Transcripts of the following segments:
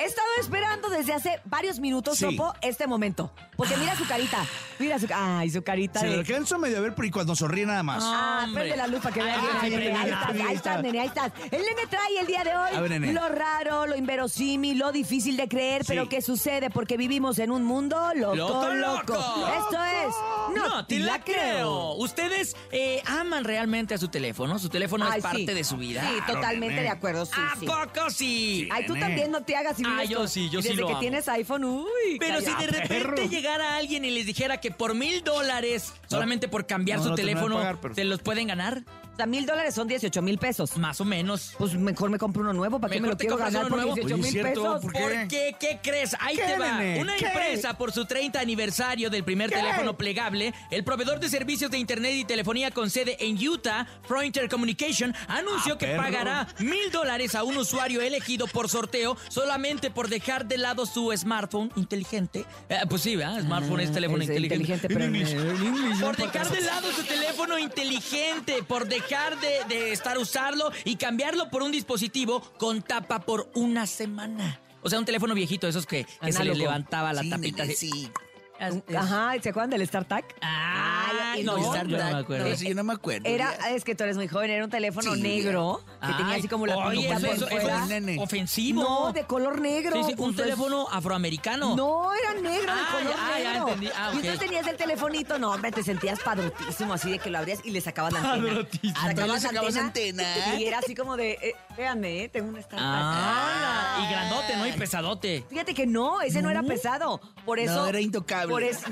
He estado esperando desde hace varios minutos, Sí. Topo, este momento. Porque mira su carita. Mira su... Ay, su carita Se de... lo alcanzo medio a ver, pero y cuando sonríe nada más. Prende la luz para que vean. Ay, Ahí estás, nene, ahí estás. El nene trae el día de hoy A ver, nene. lo raro, lo inverosímil, lo difícil de creer, Sí. pero ¿qué sucede? Porque vivimos en un mundo loco. Esto es... No te la creo. ¿Ustedes aman realmente a su teléfono? ¿Su teléfono Ay, es parte sí. de su vida? Sí, totalmente nene. de acuerdo, sí, ¿A sí. poco sí? Ay, tú nene. también no te hagas. Ah, yo sí Desde que amo. tienes iPhone, uy. Pero si de repente perro. llegara alguien y les dijera que por $1,000, solamente por cambiar No, su no termino de teléfono, pagar, pero- ¿se los pueden ganar? O sea, $1,000 son 18,000 pesos. Más o menos. Pues mejor me compro uno nuevo. ¿Para qué me Mejor lo te quiero compras ganar uno por nuevo. 18,000 Oye, ¿cierto? pesos? ¿Por qué? ¿Por qué? ¿Qué crees? Ahí ¿Qué, te va. nene? Una ¿Qué? empresa, por su 30 aniversario del primer ¿Qué? teléfono plegable, el proveedor de servicios de internet y telefonía con sede en Utah, Frontier Communication, anunció que perro. pagará $1,000 a un usuario elegido por sorteo solamente por dejar de lado su smartphone inteligente. Pues sí, ¿verdad? Smartphone es teléfono Es inteligente. pero En English. Por dejar de lado su teléfono inteligente, por dejar de estar usarlo y cambiarlo por un dispositivo con tapa por una semana. O sea, un teléfono viejito, esos que se le Análogo. levantaba la Sí, tapita. nene, así. sí. Ajá, ¿se acuerdan del StarTAC? Ay, no, no, yo no me acuerdo. No, sí, yo no me acuerdo. Es que tú eres muy joven, era un teléfono Sí, negro que tenía Ay, así como la oye, puntita por eso fuera. es nene. ofensivo. No, de color negro. Sí, sí, un Pues, teléfono afroamericano. No, era negro, de Ah, color ya negro. entendí. Ah, Y ok. entonces tenías el telefonito, no, hombre, te sentías padrotísimo, así de que lo abrías y le sacabas la antena. Padrotísimo. Ah, ¿le sacabas antena? Y era así como de, véanme, tengo una StarTAC. Ah, y grandote, ¿no? Y pesadote. Fíjate que no, ese no era pesado. Por eso. No, era intocable. Por eso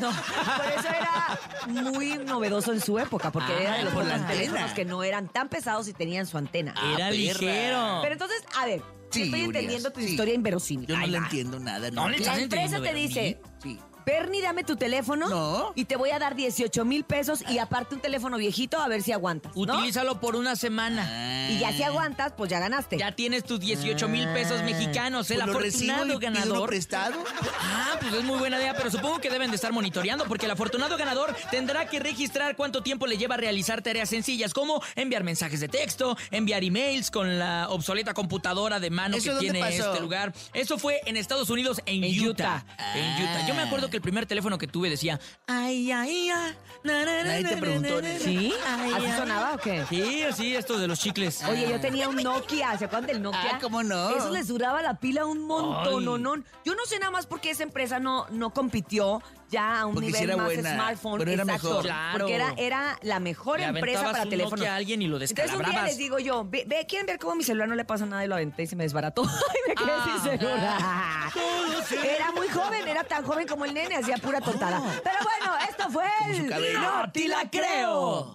era muy novedoso en su época, porque Ah, era de los por la pocos teléfonos antena. que no eran tan pesados y tenían su antena. Era perra. ligero. Pero entonces, a ver, Sí, estoy Urias, entendiendo tu sí. historia inverosímil. Yo no Ahí le va. entiendo nada. No le La estás empresa entendiendo, te dice, Sí. Bernie, dame tu teléfono No. y te voy a dar 18,000 pesos y aparte un teléfono viejito a ver si aguantas, ¿no? Utilízalo por una semana. Y ya si aguantas, pues ya ganaste. Ya tienes tus 18,000 pesos mexicanos. El Pues lo recibo afortunado y pido uno ganador. prestado. Ah, pues es muy buena idea, pero supongo que deben de estar monitoreando porque el afortunado ganador tendrá que registrar cuánto tiempo le lleva a realizar tareas sencillas como enviar mensajes de texto, enviar emails con la obsoleta computadora de mano ¿Eso que dónde tiene pasó? este lugar. Eso fue en Estados Unidos, en Utah. En Utah. Yo me acuerdo que el primer teléfono que tuve decía, ay, ay, ay, Nadie te preguntó, nene. ¿Sí? Ay, ¿Así ay. sonaba o qué? Sí, así, estos de los chicles. Oye, yo tenía un Nokia, ¿se acuerdan del Nokia? Ah, ¿cómo no? Eso les duraba la pila un montón, Ay. no. Yo no sé nada más por qué esa empresa no compitió ya a un Porque sí nivel era más buena, smartphone. pero era Exacto, mejor. Claro. Porque era la mejor Le empresa aventabas para un teléfonos. Nokia a alguien y lo Entonces un día descalabrabas. les digo yo, ¿quieren ver cómo mi celular no le pasa nada? Y lo aventé y se me desbarató. Ay, me quedé Ah. sin celular. Era muy joven, era tan joven como el nene, hacía pura tontada. Pero bueno, esto fue su el cabello. No te la creo.